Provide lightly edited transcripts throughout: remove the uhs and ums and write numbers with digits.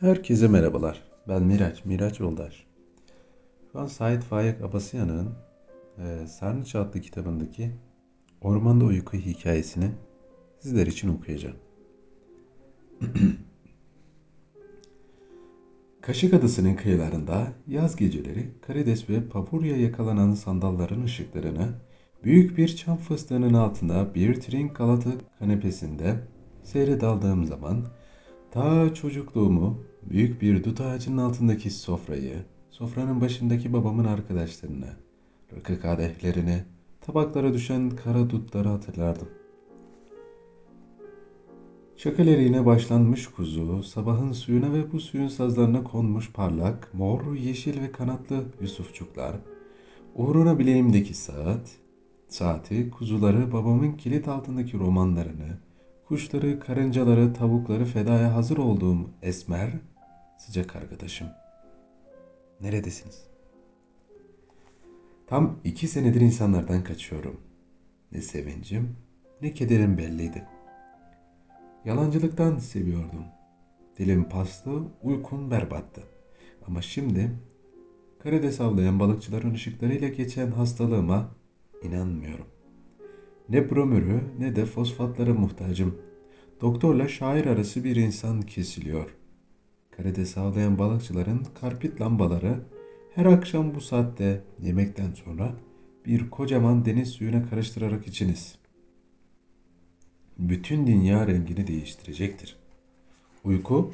Herkese merhabalar. Ben Miraç Yoldaş. Şu an Sait Faik Abasıyan'ın Sarnıç adlı kitabındaki Ormanda Uyku hikayesini sizler için okuyacağım. Kaşık Adası'nın kıyılarında yaz geceleri karides ve papurya yakalanan sandalların ışıklarını büyük bir çam fıstığının altında bir trink galata kanepesinde seyredaldığım zaman ta çocukluğumu büyük bir dut ağacının altındaki sofrayı, sofranın başındaki babamın arkadaşlarını, rakı kadehlerini, tabaklara düşen kara dutları hatırlardım. Şakaleriyle başlanmış kuzu, sabahın suyuna ve bu suyun sazlarına konmuş parlak, mor, yeşil ve kanatlı yusufçuklar, uğruna bileğimdeki saati, kuzuları, babamın kilit altındaki romanlarını, kuşları, karıncaları, tavukları fedaya hazır olduğum esmer, sıcak arkadaşım. Neredesiniz? Tam 2 senedir insanlardan kaçıyorum. Ne sevincim, ne kederim belliydi. Yalancılıktan seviyordum. Dilim paslı, uykum berbattı. Ama şimdi karides avlayan balıkçıların ışıklarıyla geçen hastalığıma inanmıyorum. Ne bromürü ne de fosfatlara muhtacım. Doktorla şair arası bir insan kesiliyor. Karides avlayan balıkçıların karpit lambaları her akşam bu saatte yemekten sonra bir kocaman deniz suyuna karıştırarak içiniz. Bütün dünya rengini değiştirecektir. Uyku,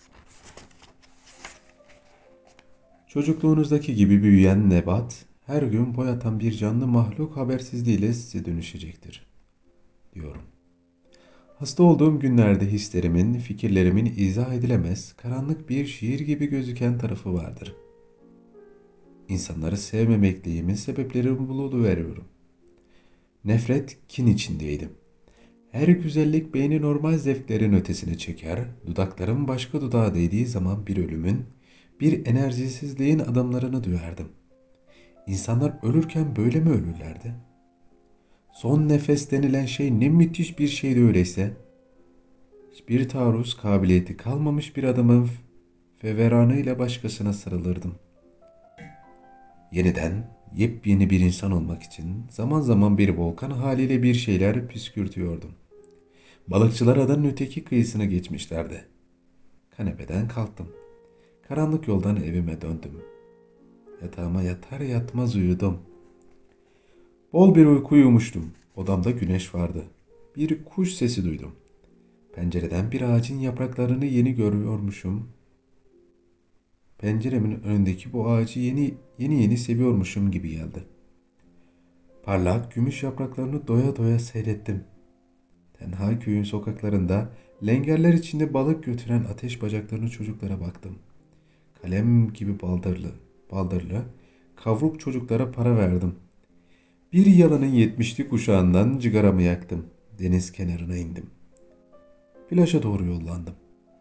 çocukluğunuzdaki gibi büyüyen nebat, her gün boy atan bir canlı mahluk habersizliğiyle size dönüşecektir, diyorum. Hasta olduğum günlerde hislerimin, fikirlerimin izah edilemez, karanlık bir şiir gibi gözüken tarafı vardır. İnsanları sevmemekliğimin sebeplerini buluveriyorum. Nefret, kin içindeydim. Her güzellik beyni normal zevklerin ötesine çeker, dudaklarım başka dudağa değdiği zaman bir ölümün, bir enerjisizliğin adımlarını duyardım. İnsanlar ölürken böyle mi ölürlerdi? Son nefes denilen şey ne müthiş bir şeydi öyleyse. Hiçbir taarruz kabiliyeti kalmamış bir adamın feveranıyla başkasına sarılırdım. Yeniden, yepyeni bir insan olmak için zaman zaman bir volkan haliyle bir şeyler püskürtüyordum. Balıkçılar adanın öteki kıyısına geçmişlerdi. Kanepeden kalktım. Karanlık yoldan evime döndüm. Yatağıma yatar yatmaz uyudum. Bol bir uyku uyumuştum. Odamda güneş vardı. Bir kuş sesi duydum. Pencereden bir ağacın yapraklarını yeni görüyormuşum. Penceremin önündeki bu ağacı yeni seviyormuşum gibi geldi. Parlak gümüş yapraklarını doya doya seyrettim. Tenha köyün sokaklarında lengerler içinde balık götüren ateş bacaklarını çocuklara baktım. Kalem gibi baldırlı, kavruk çocuklara para verdim. Bir yalanın 70'li kuşağından cigaramı yaktım. Deniz kenarına indim. Plaja doğru yollandım.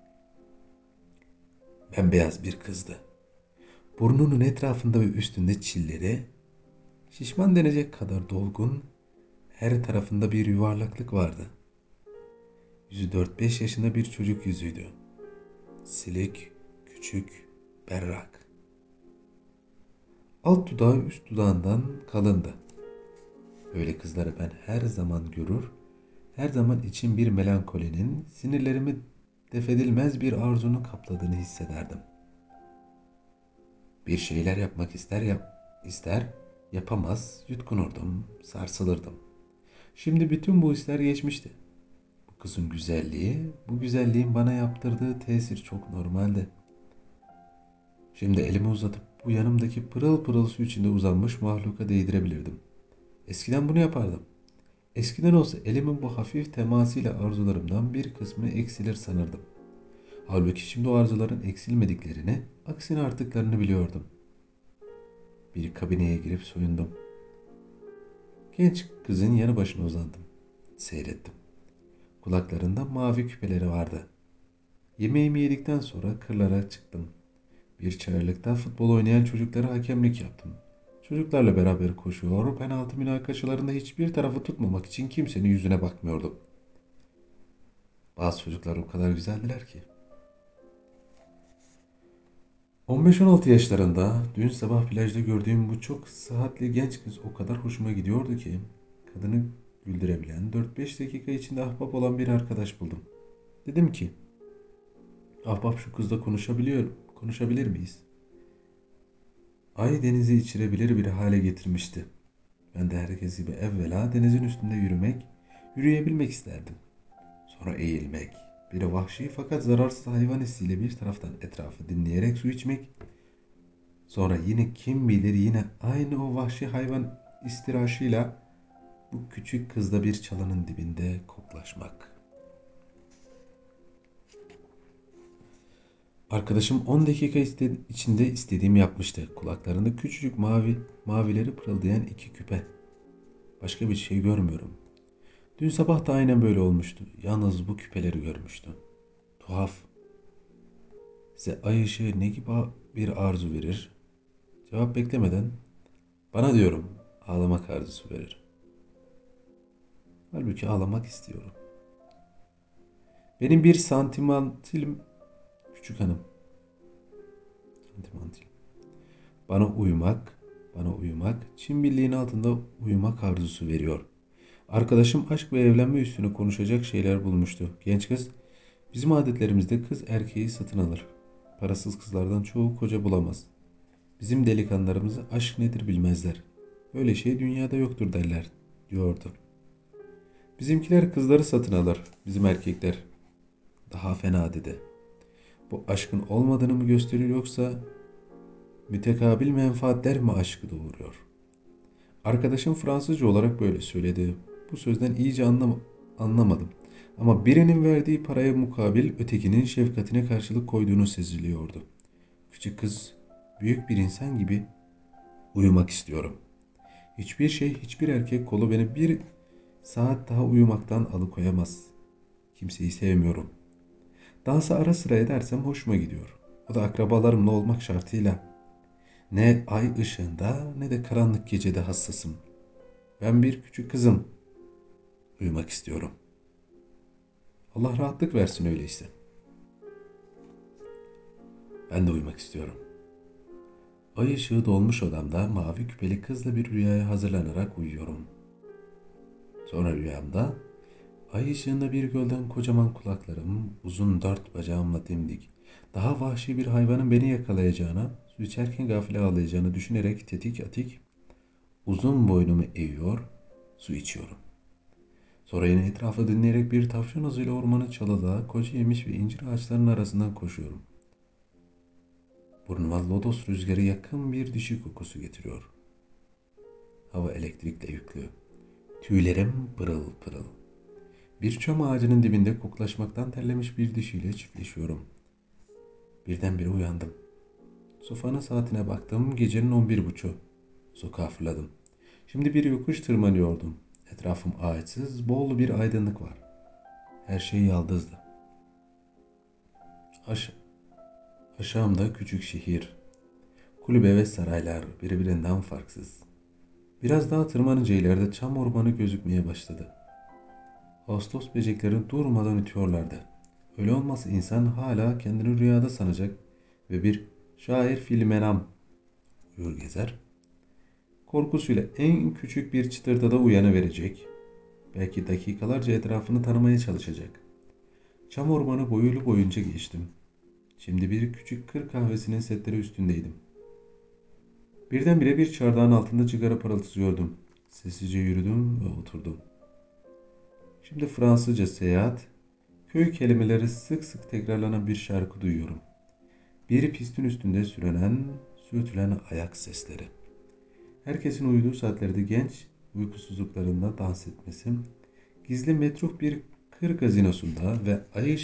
Bembeyaz bir kızdı. Burnunun etrafında ve üstünde çilleri, şişman denecek kadar dolgun, her tarafında bir yuvarlaklık vardı. Yüzü 4-5 yaşında bir çocuk yüzüydü. Silik, küçük, berrak. Alt dudağı üst dudağından kalındı. Böyle kızları ben her zaman görür, her zaman için bir melankolinin sinirlerimi defedilmez bir arzunun kapladığını hissederdim. Bir şeyler yapmak ister, yapamaz, yutkunurdum, sarsılırdım. Şimdi bütün bu hisler geçmişti. Bu kızın güzelliği, bu güzelliğin bana yaptırdığı tesir çok normaldi. Şimdi elimi uzatıp bu yanımdaki pırıl pırıl su içinde uzanmış mahluka değdirebilirdim. Eskiden bunu yapardım. Eskiden olsa elimin bu hafif temasıyla arzularımdan bir kısmı eksilir sanırdım. Halbuki şimdi o arzuların eksilmediklerini, aksine arttıklarını biliyordum. Bir kabineye girip soyundum. Genç kızın yanı başına uzandım. Seyrettim. Kulaklarında mavi küpeleri vardı. Yemeğimi yedikten sonra kırlara çıktım. Bir çayırlıkta futbol oynayan çocuklara hakemlik yaptım. Çocuklarla beraber koşuyor, penaltı münakaşalarında hiçbir tarafı tutmamak için kimsenin yüzüne bakmıyordum. Bazı çocuklar o kadar güzeldiler ki. 15-16 yaşlarında dün sabah plajda gördüğüm bu çok sıhhatli genç kız o kadar hoşuma gidiyordu ki kadını güldürebilen 4-5 dakika içinde ahbap olan bir arkadaş buldum. Dedim ki ahbap şu kızla konuşabilir miyiz? Ay denizi içirebilir bir hale getirmişti. Ben de herkes gibi evvela denizin üstünde yürüyebilmek isterdim. Sonra eğilmek, bir vahşi fakat zararsız hayvan hissiyle bir taraftan etrafı dinleyerek su içmek, sonra yine kim bilir yine aynı o vahşi hayvan istiraşıyla bu küçük kızla bir çalının dibinde koklaşmak. Arkadaşım 10 dakika içinde istediğimi yapmıştı. Kulaklarında küçücük mavileri pırıldayan iki küpe. Başka bir şey görmüyorum. Dün sabah da aynen böyle olmuştu. Yalnız bu küpeleri görmüştüm. Tuhaf. Size ay ışığı ne gibi bir arzu verir? Cevap beklemeden bana diyorum ağlamak arzusu verir. Halbuki ağlamak istiyorum. Benim bir santimantilim küçük hanım. Santimantil. Bana uyumak, bana uyumak, Çin birliğinin altında uyumak arzusu veriyor. Arkadaşım aşk ve evlenme üstüne konuşacak şeyler bulmuştu. Genç kız, bizim adetlerimizde kız erkeği satın alır. Parasız kızlardan çoğu koca bulamaz. Bizim delikanlılarımızı aşk nedir bilmezler. Öyle şey dünyada yoktur derler, diyordu. Bizimkiler kızları satın alır, bizim erkekler. Daha fena dedi. Bu aşkın olmadığını mı gösterir yoksa mütekabil menfaatler mi aşkı doğuruyor? Arkadaşım Fransızca olarak böyle söyledi. Bu sözden iyice anlamadım. Ama birinin verdiği paraya mukabil ötekinin şefkatine karşılık koyduğunu seziliyordu. Küçük kız büyük bir insan gibi uyumak istiyorum. Hiçbir şey, hiçbir erkek kolu beni bir saat daha uyumaktan alıkoyamaz. Kimseyi sevmiyorum. Dansa ara sıra edersem hoşuma gidiyor. O da akrabalarımla olmak şartıyla. Ne ay ışığında ne de karanlık gecede hassasım. Ben bir küçük kızım. Uyumak istiyorum. Allah rahatlık versin öyleyse. Ben de uyumak istiyorum. Ay ışığı dolmuş odamda mavi küpeli kızla bir rüyaya hazırlanarak uyuyorum. Sonra rüyamda ay ışığında bir gölden kocaman kulaklarım, uzun dört bacağımla dimdik, daha vahşi bir hayvanın beni yakalayacağına, su içerken gafile ağlayacağını düşünerek tetik atik uzun boynumu eğiyor, su içiyorum. Sonra yine etrafı dinleyerek bir tavşan hızıyla ormanın çalılığa, koca yemiş ve incir ağaçlarının arasından koşuyorum. Burnuma lodos rüzgarı yakın bir dişi kokusu getiriyor. Hava elektrikle yüklü. Tüylerim pırıl pırıl. Bir çam ağacının dibinde koklaşmaktan terlemiş bir dişiyle çiftleşiyorum. Birdenbire uyandım. Sofanın saatine baktım. Gecenin 11.30. Sokağa fırladım. Şimdi bir yokuş tırmanıyordum. Etrafım ağaçsız, bol bir aydınlık var. Her şey yaldızdı. Aş Aşağımda küçük şehir, kulübe ve saraylar birbirinden farksız. Biraz daha tırmanınca ileride çam ormanı gözükmeye başladı. Ağustos böcekleri durmadan ötüyorlardı. Öyle olmasa insan hala kendini rüyada sanacak ve bir şair filmenam uyur gezer. Korkusuyla en küçük bir çıtırtıda uyanıverecek. Belki dakikalarca etrafını tanımaya çalışacak. Çam ormanı boyulu boyunca geçtim. Şimdi bir küçük kır kahvesinin setleri üstündeydim. Birdenbire bir çardağın altında cigara parıltısı gördüm. Sessizce yürüdüm ve oturdum. Şimdi Fransızca seyahat, köy kelimeleri sık sık tekrarlanan bir şarkı duyuyorum. Bir pistin üstünde sürtülen ayak sesleri. Herkesin uyuduğu saatlerde genç uykusuzluklarında dans etmesi, gizli metruk bir kır gazinosunda ve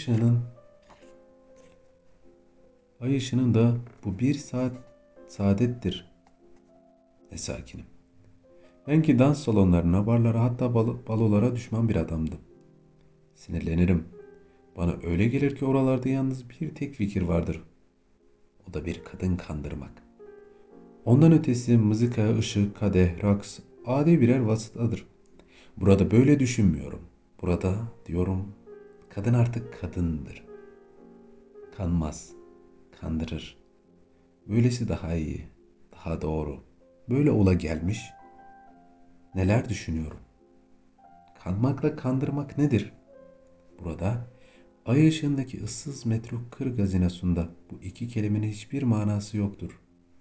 ay ışığının da bu bir saat saadettir. Ne sakinim. Ben ki dans salonlarına, barlara hatta balolara düşman bir adamdım. Sinirlenirim. Bana öyle gelir ki oralarda yalnız bir tek fikir vardır. O da bir kadın kandırmak. Ondan ötesi mızıka, ışık, kadeh, raks adi birer vasıtadır. Burada böyle düşünmüyorum. Burada diyorum kadın artık kadındır. Kanmaz, kandırır. Böylesi daha iyi, daha doğru. Böyle ola gelmiş. Neler düşünüyorum? Kanmakla kandırmak nedir? Burada ay ışığındaki ıssız metro kır gazinosunda bu iki kelimenin hiçbir manası yoktur.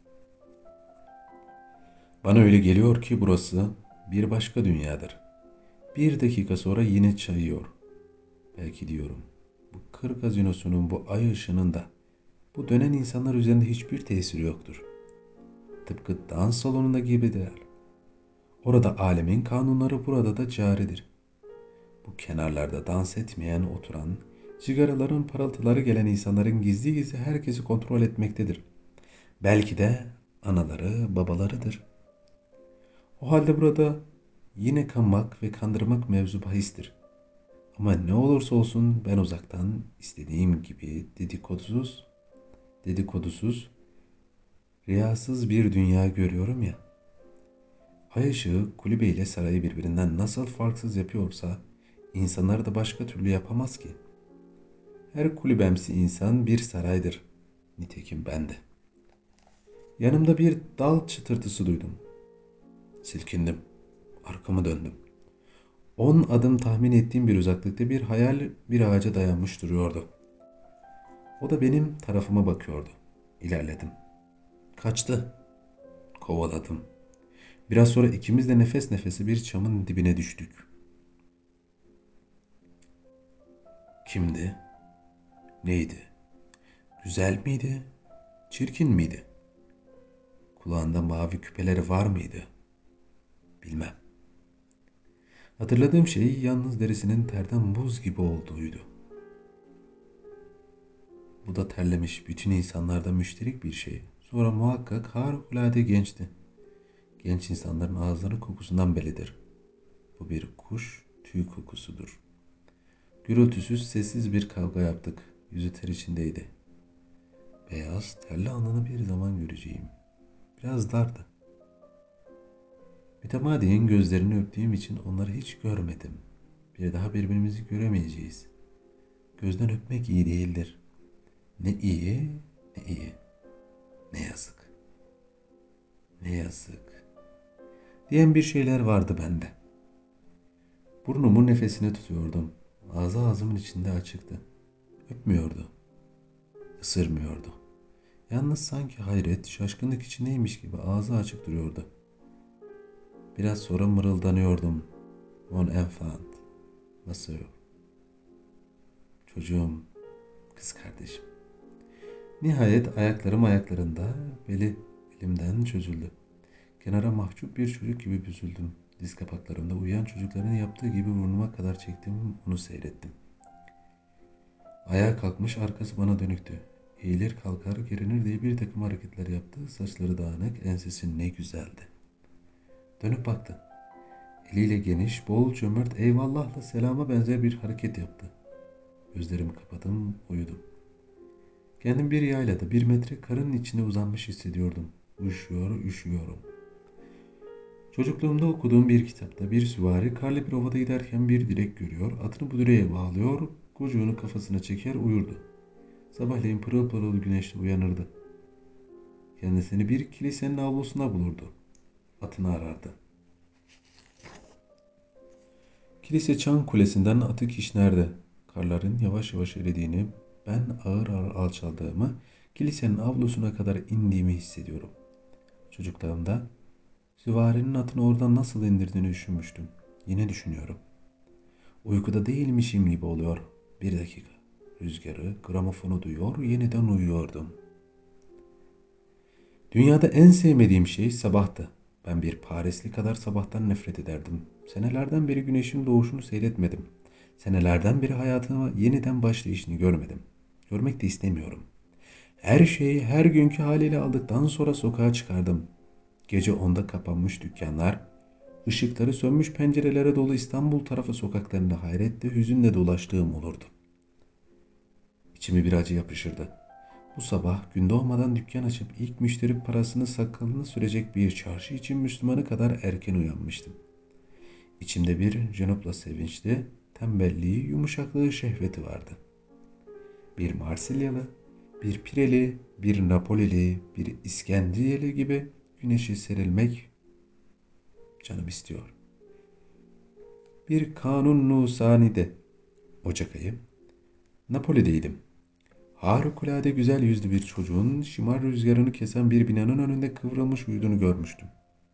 Bana öyle geliyor ki burası bir başka dünyadır. Bir dakika sonra yine çayıyor. Belki diyorum, bu kır gazinosunun bu ay ışığının da bu dönen insanlar üzerinde hiçbir tesiri yoktur. Tıpkı dans salonunda gibidir. Orada alemin kanunları burada da caridir. Bu kenarlarda dans etmeyen, oturan, sigaraların parıltıları gelen insanların gizli gizli herkesi kontrol etmektedir. Belki de anaları, babalarıdır. O halde burada yine kanmak ve kandırmak mevzu bahistir. Ama ne olursa olsun ben uzaktan istediğim gibi dedikodusuz, riyasız bir dünya görüyorum ya. Ay ışığı kulübe ile sarayı birbirinden nasıl farksız yapıyorsa insanları da başka türlü yapamaz ki. Her kulübemsi insan bir saraydır. Nitekim ben de. Yanımda bir dal çıtırtısı duydum. Silkindim. Arkamı döndüm. 10 adım tahmin ettiğim bir uzaklıkta bir hayal bir ağaca dayanmış duruyordu. O da benim tarafıma bakıyordu. İlerledim. Kaçtı. Kovaladım. Biraz sonra ikimiz de nefes nefese bir çamın dibine düştük. Kimdi? Neydi? Güzel miydi? Çirkin miydi? Kulağında mavi küpeleri var mıydı? Bilmem. Hatırladığım şey yalnız derisinin terden buz gibi olduğuydu. Bu da terlemiş bütün insanlarda müşterik bir şey. Sonra muhakkak harikulade gençti. Genç insanların ağızları kokusundan bellidir. Bu bir kuş tüy kokusudur. Gürültüsüz sessiz bir kavga yaptık. Yüzü ter içindeydi. Beyaz terli alnını bir zaman göreceğim. Biraz dardı. Mütemadiyen gözlerini öptüğüm için onları hiç görmedim. Bir daha birbirimizi göremeyeceğiz. Gözden öpmek iyi değildir. Ne iyi, ne iyi. Ne yazık, ne yazık. Diyen bir şeyler vardı bende. Burnumun nefesini tutuyordum. Ağzı ağzımın içinde açıktı. Öpmüyordu, ısırmıyordu. Yalnız sanki hayret, şaşkınlık içindeymiş gibi ağzı açık duruyordu. Biraz sonra mırıldanıyordum. Mon enfant, nasıl? Çocuğum, kız kardeşim. Nihayet ayaklarım ayaklarında, beli elimden çözüldü. Kenara mahcup bir çocuk gibi büzüldüm. Diz kapaklarımda uyuyan çocukların yaptığı gibi burnuma kadar çektim, onu seyrettim. Ayağa kalkmış, arkası bana dönüktü. Eğilir kalkar gerinir diye bir takım hareketler yaptı. Saçları dağınık, ensesi ne güzeldi. Dönüp baktı. Eliyle geniş, bol, cömert, eyvallahla selama benzer bir hareket yaptı. Gözlerimi kapadım, uyudum. Kendim bir yaylada 1 metre karın içinde uzanmış hissediyordum. Üşüyorum. Çocukluğumda okuduğum bir kitapta bir süvari karlı bir ovada giderken bir direk görüyor, atını bu direğe bağlıyor, kucuğunu kafasına çeker uyurdu. Sabahleyin pırıl pırıl güneşle uyanırdı. Kendisini bir kilisenin avlusunda bulurdu. Atını arardı. Kilise çan kulesinden atı kişnerdi. Karların yavaş yavaş eridiğini, ben ağır ağır alçaldığımı, kilisenin avlusuna kadar indiğimi hissediyorum. Çocukluğumda süvarinin atını oradan nasıl indirdiğini düşünmüştüm. Yine düşünüyorum. Uykuda değilmişim gibi oluyor. Bir dakika. Rüzgarı, gramofonu duyuyor, yeniden uyuyordum. Dünyada en sevmediğim şey sabahtı. Ben bir Parisli kadar sabahtan nefret ederdim. Senelerden beri güneşin doğuşunu seyretmedim. Senelerden beri hayatıma yeniden başlayışını görmedim. Görmek de istemiyorum. Her şeyi her günkü haliyle aldıktan sonra sokağa çıkardım. Gece 10'da kapanmış dükkanlar, ışıkları sönmüş pencerelere dolu İstanbul tarafı sokaklarında hayretle hüzünle dolaştığım olurdu. İçime bir acı yapışırdı. Bu sabah gün doğmadan dükkan açıp ilk müşteri parasını sakalını sürecek bir çarşı için Müslümanı kadar erken uyanmıştım. İçimde bir cenopla sevinçli, tembelliği, yumuşaklığı, şehveti vardı. Bir Marsilyalı, Bir Pireli, bir Napolili, bir İskendriyeli gibi güneşe serilmek canım istiyor. Bir Kanun Nusanide, Ocak ayı, Napoli'deydim. Harikulade güzel yüzlü bir çocuğun şimal rüzgarını kesen bir binanın önünde kıvrılmış uyuduğunu görmüştüm.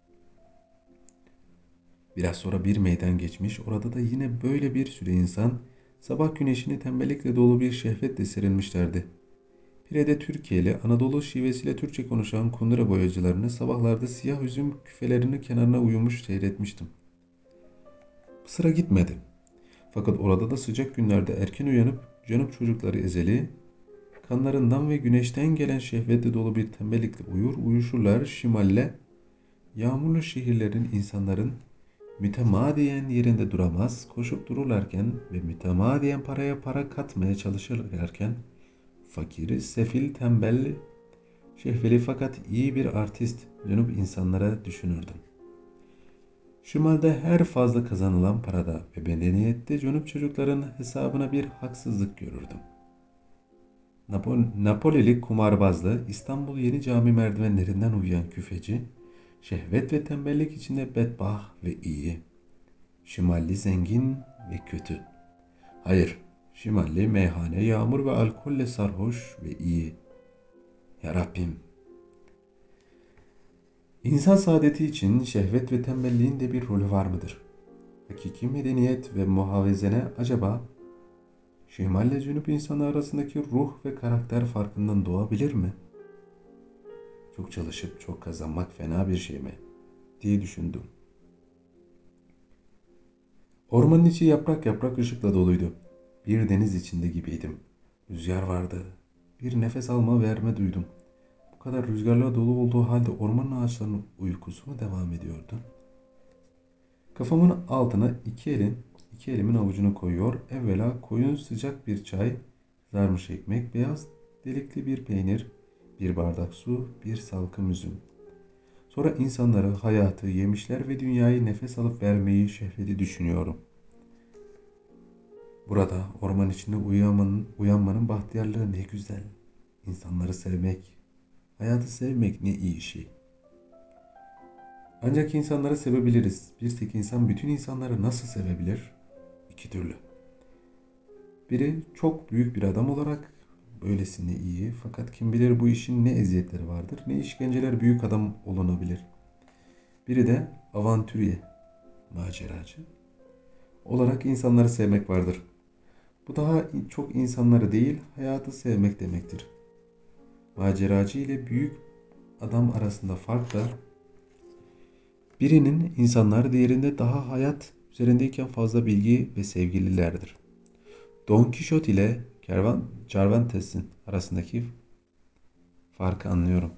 Biraz sonra bir meydan geçmiş, orada da yine böyle bir sürü insan sabah güneşini tembellikle dolu bir şehvetle serilmişlerdi. Pire'de Türkiye'li, Anadolu şivesiyle Türkçe konuşan kundura boyacılarını sabahlarda siyah üzüm küfelerinin kenarına uyumuş seyretmiştim. Sıra gitmedi. Fakat orada da sıcak günlerde erken uyanıp canıp çocukları ezeli, kanlarından ve güneşten gelen şehvetle dolu bir tembellikle uyuşurlar şimalle, yağmurlu şehirlerin insanların mütemadiyen yerinde duramaz, koşup dururlarken ve mütemadiyen paraya para katmaya çalışırlarken, fakir, sefil, tembel, şehveli fakat iyi bir artist dönüp insanlara düşünürdüm. Şimalde her fazla kazanılan parada ve medeniyette dönüp çocukların hesabına bir haksızlık görürdüm. Napolili kumarbazlı, İstanbul Yeni Cami merdivenlerinden uyuyan küfeci, şehvet ve tembellik içinde bedbaht ve iyi. Şimalli zengin ve kötü. Hayır, şimalli meyhane, yağmur ve alkolle sarhoş ve iyi. Ya Rabbim. İnsan saadeti için şehvet ve tembelliğin de bir rolü var mıdır? Hakiki medeniyet ve muhavezene acaba şimalle cünüp insanı arasındaki ruh ve karakter farkından doğabilir mi? Çok çalışıp çok kazanmak fena bir şey mi? Diye düşündüm. Ormanın içi yaprak yaprak ışıkla doluydu. Bir deniz içinde gibiydim. Rüzgar vardı. Bir nefes alma verme duydum. Bu kadar rüzgarla dolu olduğu halde ormanın ağaçlarının uykusu mu devam ediyordu? Kafamın altına iki elimin avucunu koyuyor. Evvela koyun sıcak bir çay, kızarmış ekmek, beyaz delikli bir peynir, bir bardak su, bir salkım üzüm. Sonra insanları, hayatı, yemişler ve dünyayı nefes alıp vermeyi, şehveti düşünüyorum. Burada orman içinde uyanmanın bahtiyarlığı ne güzel. İnsanları sevmek, hayatı sevmek ne iyi şey. Ancak insanları sevebiliriz. Bir tek insan bütün insanları nasıl sevebilir? İki türlü. Biri çok büyük bir adam olarak böylesine iyi, fakat kim bilir bu işin ne eziyetleri vardır, ne işkenceler büyük adam olunabilir. Biri de avantürye, maceracı olarak insanları sevmek vardır. Bu daha çok insanları değil, hayatı sevmek demektir. Maceracı ile büyük adam arasında fark da birinin insanlar, diğerinde daha hayat üzerindeyken fazla bilgi ve sevgililerdir. Don Quixote ile Cervantes'in arasındaki farkı anlıyorum.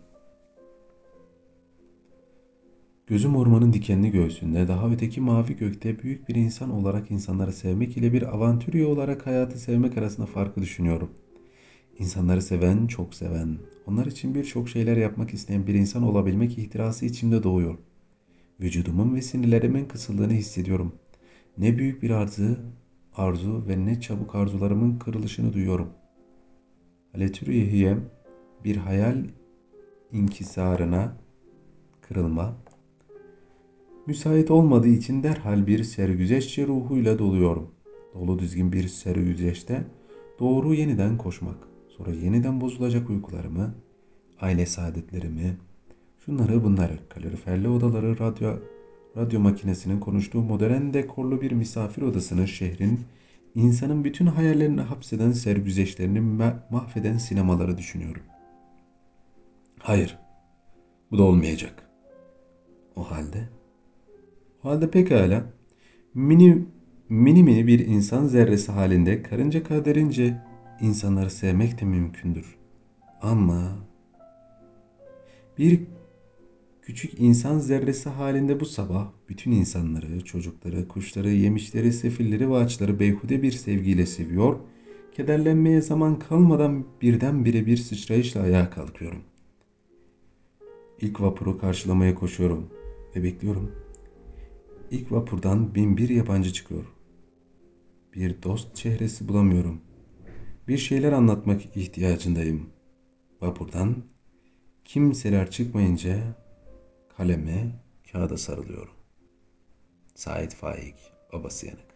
Gözüm ormanın dikenli göğsünde, daha öteki mavi gökte büyük bir insan olarak insanları sevmek ile bir avantürye olarak hayatı sevmek arasında farkı düşünüyorum. İnsanları seven, çok seven, onlar için birçok şeyler yapmak isteyen bir insan olabilmek ihtirası içimde doğuyor. Vücudumun ve sinirlerimin kısıldığını hissediyorum. Ne büyük bir arzu ve ne çabuk arzularımın kırılışını duyuyorum. Aletüriyem bir hayal inkisarına, kırılma, müsait olmadığı için derhal bir sergüzeşçi ruhuyla doluyorum. Dolu düzgün bir sergüzeşte doğru yeniden koşmak, sonra yeniden bozulacak uykularımı, aile saadetlerimi, şunları bunları, kaloriferli odaları, radyo makinesinin konuştuğu modern dekorlu bir misafir odasını, şehrin, insanın bütün hayallerini hapseden sergüzeşlerini mahveden sinemaları düşünüyorum. Hayır, bu da olmayacak. O halde, pekala, mini mini bir insan zerresi halinde karınca kaderince insanları sevmek de mümkündür. Ama bir küçük insan zerresi halinde bu sabah bütün insanları, çocukları, kuşları, yemişleri, sefilleri ve ağaçları beyhude bir sevgiyle seviyor, kederlenmeye zaman kalmadan birdenbire bir sıçrayışla ayağa kalkıyorum. İlk vapuru karşılamaya koşuyorum ve bekliyorum. İlk vapurdan bin bir yabancı çıkıyor. Bir dost çehresi bulamıyorum. Bir şeyler anlatmak ihtiyacındayım. Vapurdan kimseler çıkmayınca kaleme, kağıda sarılıyorum. Sait Faik, babası yanık.